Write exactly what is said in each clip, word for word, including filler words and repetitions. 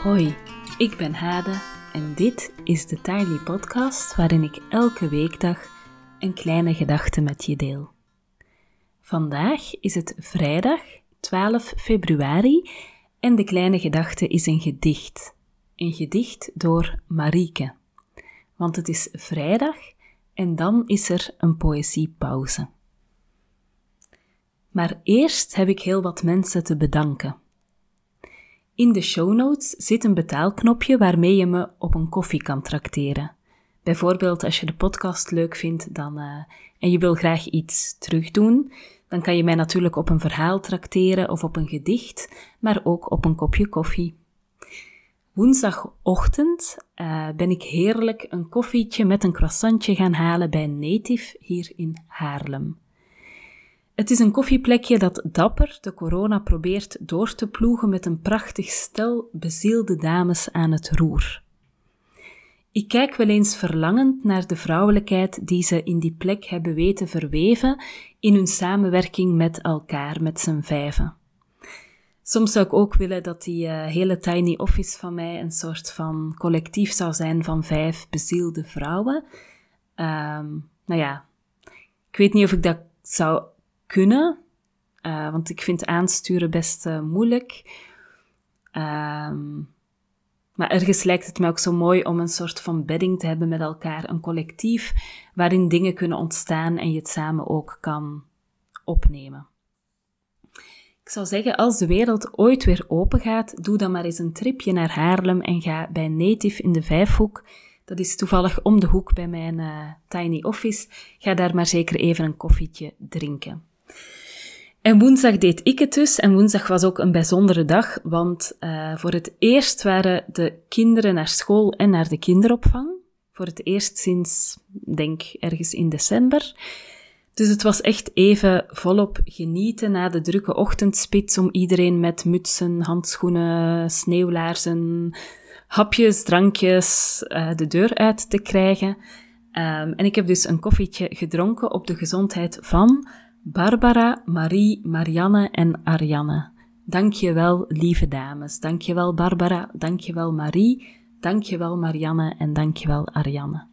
Hoi, ik ben Hade en dit is de Tiny Podcast waarin ik elke weekdag een kleine gedachte met je deel. Vandaag is het vrijdag twaalf februari en de kleine gedachte is een gedicht. Een gedicht door Marieke. Want het is vrijdag en dan is er een poëziepauze. Maar eerst heb ik heel wat mensen te bedanken. In de show notes zit een betaalknopje waarmee je me op een koffie kan trakteren. Bijvoorbeeld als je de podcast leuk vindt dan, uh, en je wil graag iets terugdoen, dan kan je mij natuurlijk op een verhaal trakteren of op een gedicht, maar ook op een kopje koffie. Woensdagochtend uh, ben ik heerlijk een koffietje met een croissantje gaan halen bij Native hier in Haarlem. Het is een koffieplekje dat dapper de corona probeert door te ploegen met een prachtig stel bezielde dames aan het roer. Ik kijk wel eens verlangend naar de vrouwelijkheid die ze in die plek hebben weten verweven in hun samenwerking met elkaar, met z'n vijven. Soms zou ik ook willen dat die uh, hele tiny office van mij een soort van collectief zou zijn van vijf bezielde vrouwen. Um, nou ja, ik weet niet of ik dat zou kunnen, uh, want ik vind aansturen best uh, moeilijk. Um, maar ergens lijkt het mij ook zo mooi om een soort van bedding te hebben met elkaar, een collectief waarin dingen kunnen ontstaan en je het samen ook kan opnemen. Ik zou zeggen, als de wereld ooit weer open gaat, doe dan maar eens een tripje naar Haarlem en ga bij Native in de Vijfhoek. Dat is toevallig om de hoek bij mijn uh, tiny office. Ga daar maar zeker even een koffietje drinken. En woensdag deed ik het dus. En woensdag was ook een bijzondere dag, want uh, voor het eerst waren de kinderen naar school en naar de kinderopvang. Voor het eerst sinds, denk ergens in december. Dus het was echt even volop genieten na de drukke ochtendspits om iedereen met mutsen, handschoenen, sneeuwlaarzen, hapjes, drankjes uh, de deur uit te krijgen. Um, en ik heb dus een koffietje gedronken op de gezondheid van Barbara, Marie, Marianne en Arianne. Dankjewel, lieve dames. Dankjewel, Barbara. Dankjewel, Marie. Dankjewel, Marianne. En dankjewel, Arianne.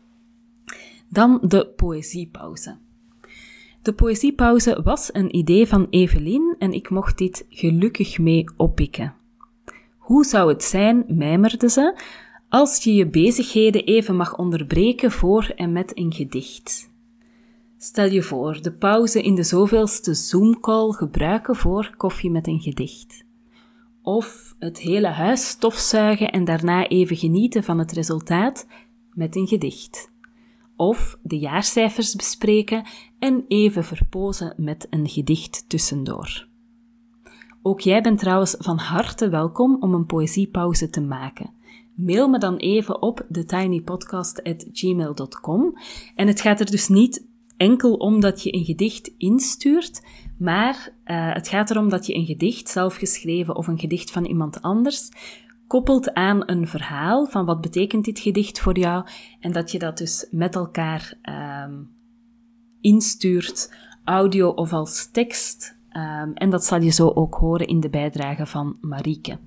Dan de poëziepauze. De poëziepauze was een idee van Evelien en ik mocht dit gelukkig mee oppikken. Hoe zou het zijn, mijmerde ze, als je je bezigheden even mag onderbreken voor en met een gedicht? Stel je voor, de pauze in de zoveelste Zoom-call gebruiken voor koffie met een gedicht. Of het hele huis stofzuigen en daarna even genieten van het resultaat met een gedicht. Of de jaarcijfers bespreken en even verpozen met een gedicht tussendoor. Ook jij bent trouwens van harte welkom om een poëziepauze te maken. Mail me dan even op thetinypodcast at gmail dot com. En het gaat er dus niet enkel om dat je een gedicht instuurt, maar uh, het gaat erom dat je een gedicht, zelf geschreven of een gedicht van iemand anders, koppelt aan een verhaal van wat betekent dit gedicht voor jou en dat je dat dus met elkaar um, instuurt, audio of als tekst. Um, en dat zal je zo ook horen in de bijdrage van Marieke.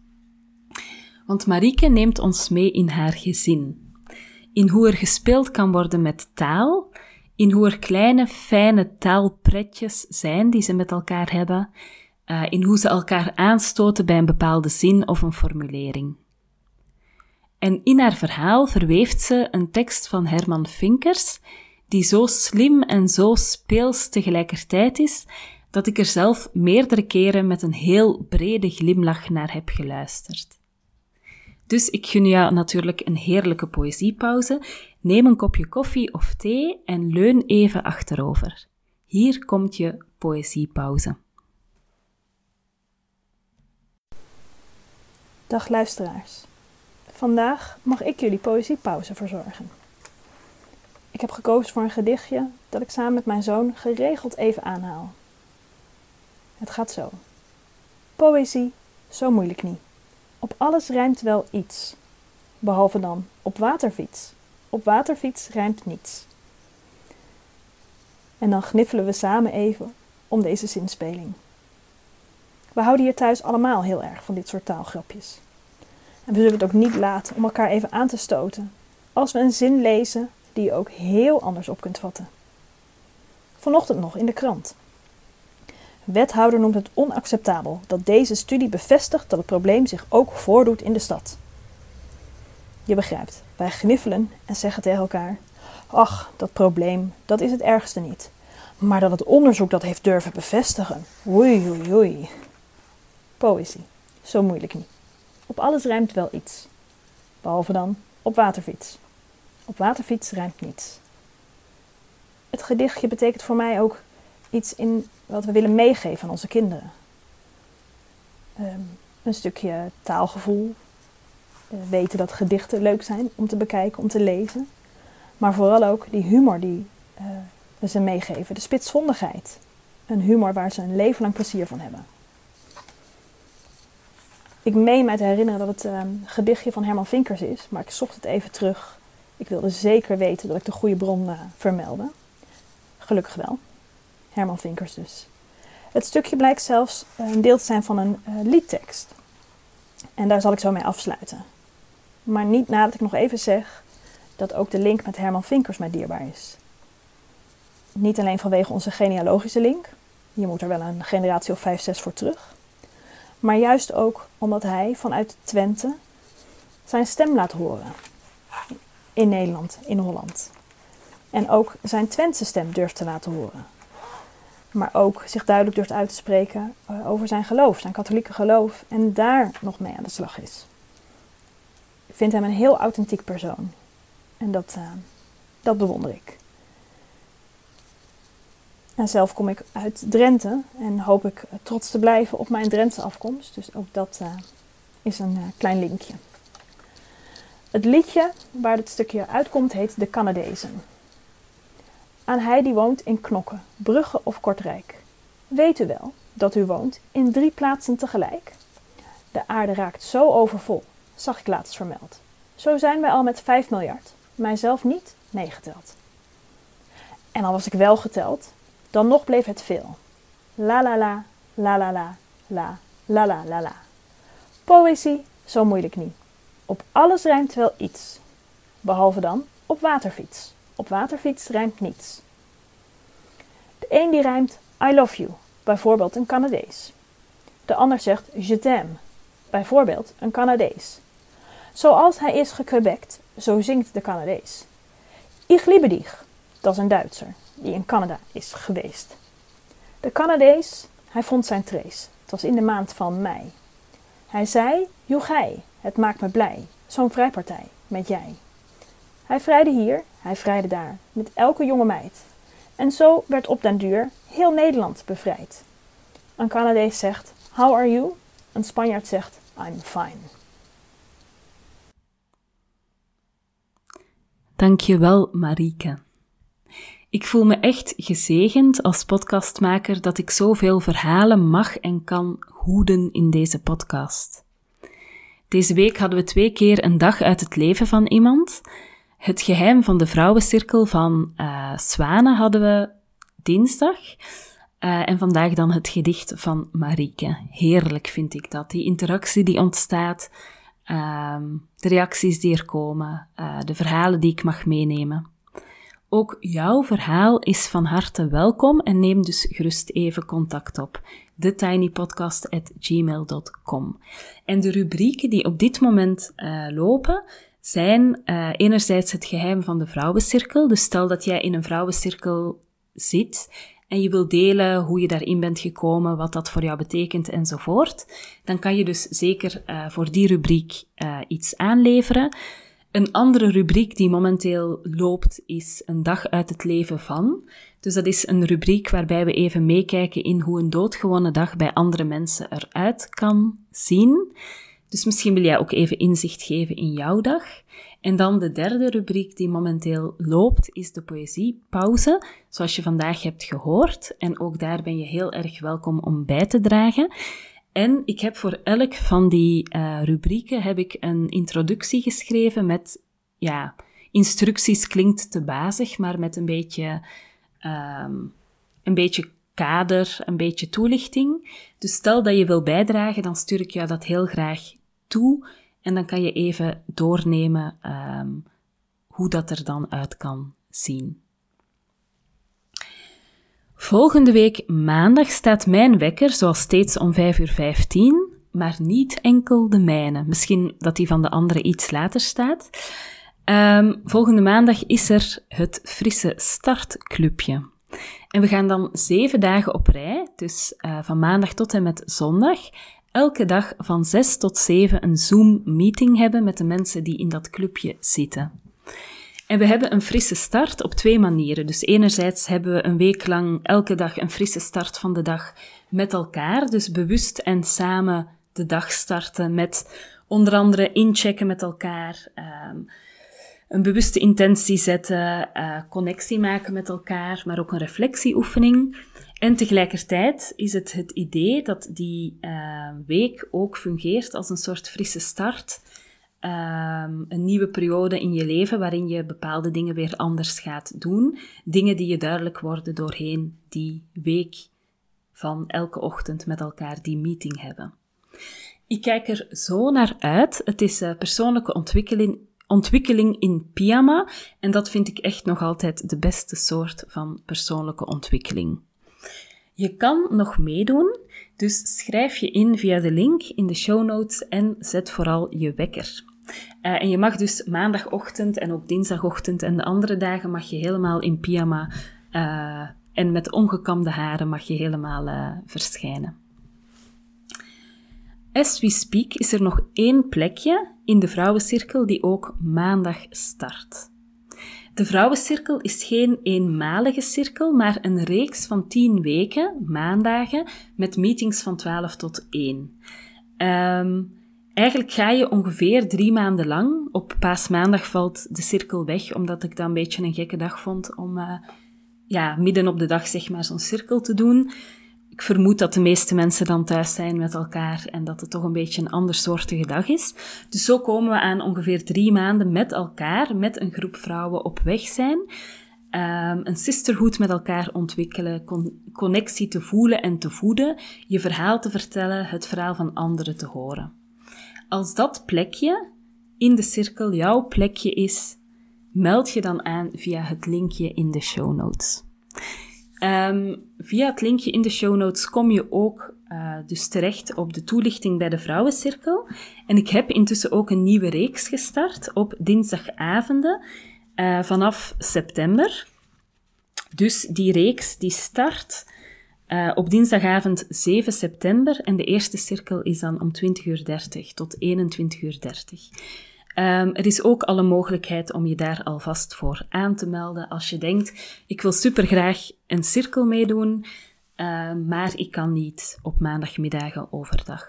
Want Marieke neemt ons mee in haar gezin. In hoe er gespeeld kan worden met taal, in hoe er kleine, fijne taalpretjes zijn die ze met elkaar hebben, uh, in hoe ze elkaar aanstoten bij een bepaalde zin of een formulering. En in haar verhaal verweeft ze een tekst van Herman Vinkers, die zo slim en zo speels tegelijkertijd is, dat ik er zelf meerdere keren met een heel brede glimlach naar heb geluisterd. Dus ik gun jou natuurlijk een heerlijke poëziepauze. Neem een kopje koffie of thee en leun even achterover. Hier komt je poëziepauze. Dag luisteraars. Vandaag mag ik jullie poëziepauze verzorgen. Ik heb gekozen voor een gedichtje dat ik samen met mijn zoon geregeld even aanhaal. Het gaat zo. Poëzie, zo moeilijk niet. Op alles rijmt wel iets. Behalve dan op waterfiets. Op waterfiets rijmt niets. En dan gniffelen we samen even om deze zinspeling. We houden hier thuis allemaal heel erg van dit soort taalgrapjes. En we zullen het ook niet laten om elkaar even aan te stoten als we een zin lezen die je ook heel anders op kunt vatten. Vanochtend nog in de krant. Wethouder noemt het onacceptabel dat deze studie bevestigt dat het probleem zich ook voordoet in de stad. Je begrijpt, wij gniffelen en zeggen tegen elkaar: ach, dat probleem, dat is het ergste niet. Maar dat het onderzoek dat heeft durven bevestigen, oei oei oei. Poëzie, zo moeilijk niet. Op alles rijmt wel iets. Behalve dan op waterfiets. Op waterfiets rijmt niets. Het gedichtje betekent voor mij ook iets in wat we willen meegeven aan onze kinderen. Um, een stukje taalgevoel. Uh, weten dat gedichten leuk zijn om te bekijken, om te lezen. Maar vooral ook die humor die uh, we ze meegeven. De spitsvondigheid. Een humor waar ze een leven lang plezier van hebben. Ik meen mij te herinneren dat het um, gedichtje van Herman Vinkers is. Maar ik zocht het even terug. Ik wilde zeker weten dat ik de goede bron uh, vermeldde. Gelukkig wel. Herman Vinkers dus. Het stukje blijkt zelfs een deel te zijn van een uh, liedtekst. En daar zal ik zo mee afsluiten. Maar niet nadat ik nog even zeg dat ook de link met Herman Vinkers mij dierbaar is. Niet alleen vanwege onze genealogische link. Je moet er wel een generatie of vijf, zes voor terug. Maar juist ook omdat hij vanuit Twente zijn stem laat horen. In Nederland, in Holland. En ook zijn Twentse stem durft te laten horen. Maar ook zich duidelijk durft uit te spreken over zijn geloof, zijn katholieke geloof. En daar nog mee aan de slag is. Ik vind hem een heel authentiek persoon. En dat, uh, dat bewonder ik. En zelf kom ik uit Drenthe. En hoop ik trots te blijven op mijn Drentse afkomst. Dus ook dat uh, is een uh, klein linkje. Het liedje waar dit stukje uitkomt heet De Canadezen. Aan hij die woont in Knokke, Brugge of Kortrijk. Weet u wel dat u woont in drie plaatsen tegelijk? De aarde raakt zo overvol, zag ik laatst vermeld. Zo zijn wij al met vijf miljard, mijzelf niet meegeteld. En al was ik wel geteld, dan nog bleef het veel. La la la, la la la, la, la la la la. Poëzie, zo moeilijk niet. Op alles rijmt wel iets. Behalve dan op waterfiets. Op waterfiets rijmt niets. De een die rijmt I love you, bijvoorbeeld een Canadees. De ander zegt je t'aime, bijvoorbeeld een Canadees. Zoals hij is gequebeckt, zo zingt de Canadees. Ich liebe dich, dat is een Duitser die in Canada is geweest. De Canadees, hij vond zijn trace, het was in de maand van mei. Hij zei, joe gij, het maakt me blij, zo'n vrijpartij met jij. Hij vrijde hier, hij vrijde daar, met elke jonge meid. En zo werd op den duur heel Nederland bevrijd. Een Canadees zegt, how are you? Een Spanjaard zegt, I'm fine. Dankjewel, Marieke. Ik voel me echt gezegend als podcastmaker dat ik zoveel verhalen mag en kan hoeden in deze podcast. Deze week hadden we twee keer een dag uit het leven van iemand. Het geheim van de vrouwencirkel van uh, Zwanen hadden we dinsdag. Uh, en vandaag dan het gedicht van Marieke. Heerlijk vind ik dat. Die interactie die ontstaat, uh, de reacties die er komen, uh, de verhalen die ik mag meenemen. Ook jouw verhaal is van harte welkom en neem dus gerust even contact op. the tiny podcast at gmail dot com. En de rubrieken die op dit moment uh, lopen zijn uh, enerzijds het geheim van de vrouwencirkel. Dus stel dat jij in een vrouwencirkel zit en je wil delen hoe je daarin bent gekomen, wat dat voor jou betekent enzovoort, dan kan je dus zeker uh, voor die rubriek uh, iets aanleveren. Een andere rubriek die momenteel loopt is een dag uit het leven van. Dus dat is een rubriek waarbij we even meekijken in hoe een doodgewone dag bij andere mensen eruit kan zien. Dus misschien wil jij ook even inzicht geven in jouw dag. En dan de derde rubriek die momenteel loopt is de poëziepauze, zoals je vandaag hebt gehoord. En ook daar ben je heel erg welkom om bij te dragen. En ik heb voor elk van die uh, rubrieken heb ik een introductie geschreven met, ja, instructies klinkt te bazig, maar met een beetje, um, een beetje kader, een beetje toelichting. Dus stel dat je wil bijdragen, dan stuur ik jou dat heel graag toe. En dan kan je even doornemen um, hoe dat er dan uit kan zien. Volgende week maandag staat mijn wekker, zoals steeds om vijf uur vijftien, maar niet enkel de mijne. Misschien dat die van de andere iets later staat. Um, volgende maandag is er het Frisse Startclubje. En we gaan dan zeven dagen op rij, dus uh, van maandag tot en met zondag, elke dag van zes tot zeven een Zoom-meeting hebben met de mensen die in dat clubje zitten. En we hebben een frisse start op twee manieren. Dus enerzijds hebben we een week lang elke dag een frisse start van de dag met elkaar. Dus bewust en samen de dag starten met onder andere inchecken met elkaar, um, een bewuste intentie zetten, uh, connectie maken met elkaar, maar ook een reflectieoefening. En tegelijkertijd is het het idee dat die uh, week ook fungeert als een soort frisse start. Um, een nieuwe periode in je leven waarin je bepaalde dingen weer anders gaat doen. Dingen die je duidelijk worden doorheen die week van elke ochtend met elkaar die meeting hebben. Ik kijk er zo naar uit. Het is uh, persoonlijke ontwikkeling, ontwikkeling in pyjama en dat vind ik echt nog altijd de beste soort van persoonlijke ontwikkeling. Je kan nog meedoen, dus schrijf je in via de link in de show notes en zet vooral je wekker. Uh, en je mag dus maandagochtend en ook dinsdagochtend en de andere dagen mag je helemaal in pyjama uh, en met ongekamde haren mag je helemaal uh, verschijnen. As we speak is er nog één plekje in de vrouwencirkel die ook maandag start. De vrouwencirkel is geen eenmalige cirkel, maar een reeks van tien weken, maandagen, met meetings van twaalf tot één. Um, Eigenlijk ga je ongeveer drie maanden lang. Op paasmaandag valt de cirkel weg, omdat ik dat een beetje een gekke dag vond om uh, ja, midden op de dag zeg maar zo'n cirkel te doen. Ik vermoed dat de meeste mensen dan thuis zijn met elkaar en dat het toch een beetje een andersoortige dag is. Dus zo komen we aan ongeveer drie maanden met elkaar, met een groep vrouwen op weg zijn. Um, een sisterhood met elkaar ontwikkelen, con- connectie te voelen en te voeden, je verhaal te vertellen, het verhaal van anderen te horen. Als dat plekje in de cirkel jouw plekje is, meld je dan aan via het linkje in de show notes. Um, via het linkje in de show notes kom je ook uh, dus terecht op de toelichting bij de vrouwencirkel. En ik heb intussen ook een nieuwe reeks gestart op dinsdagavonden uh, vanaf september. Dus die reeks die start Uh, op dinsdagavond zeven september en de eerste cirkel is dan om twintig uur dertig tot eenentwintig uur dertig. Um, er is ook al een mogelijkheid om je daar alvast voor aan te melden als je denkt, ik wil supergraag een cirkel meedoen, uh, maar ik kan niet op maandagmiddagen overdag.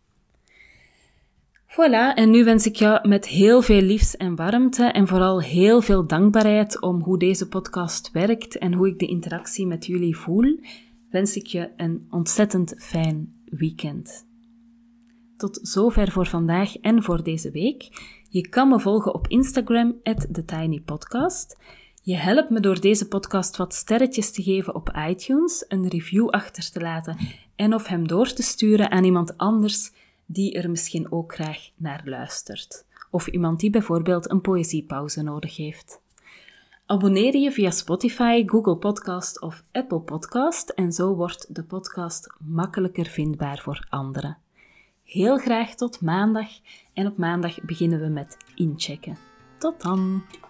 Voilà, en nu wens ik jou met heel veel liefs en warmte en vooral heel veel dankbaarheid om hoe deze podcast werkt en hoe ik de interactie met jullie voel, wens ik je een ontzettend fijn weekend. Tot zover voor vandaag en voor deze week. Je kan me volgen op Instagram, at thetinypodcast. Je helpt me door deze podcast wat sterretjes te geven op iTunes, een review achter te laten en of hem door te sturen aan iemand anders die er misschien ook graag naar luistert. Of iemand die bijvoorbeeld een poëziepauze nodig heeft. Abonneer je via Spotify, Google Podcast of Apple Podcast en zo wordt de podcast makkelijker vindbaar voor anderen. Heel graag tot maandag en op maandag beginnen we met inchecken. Tot dan!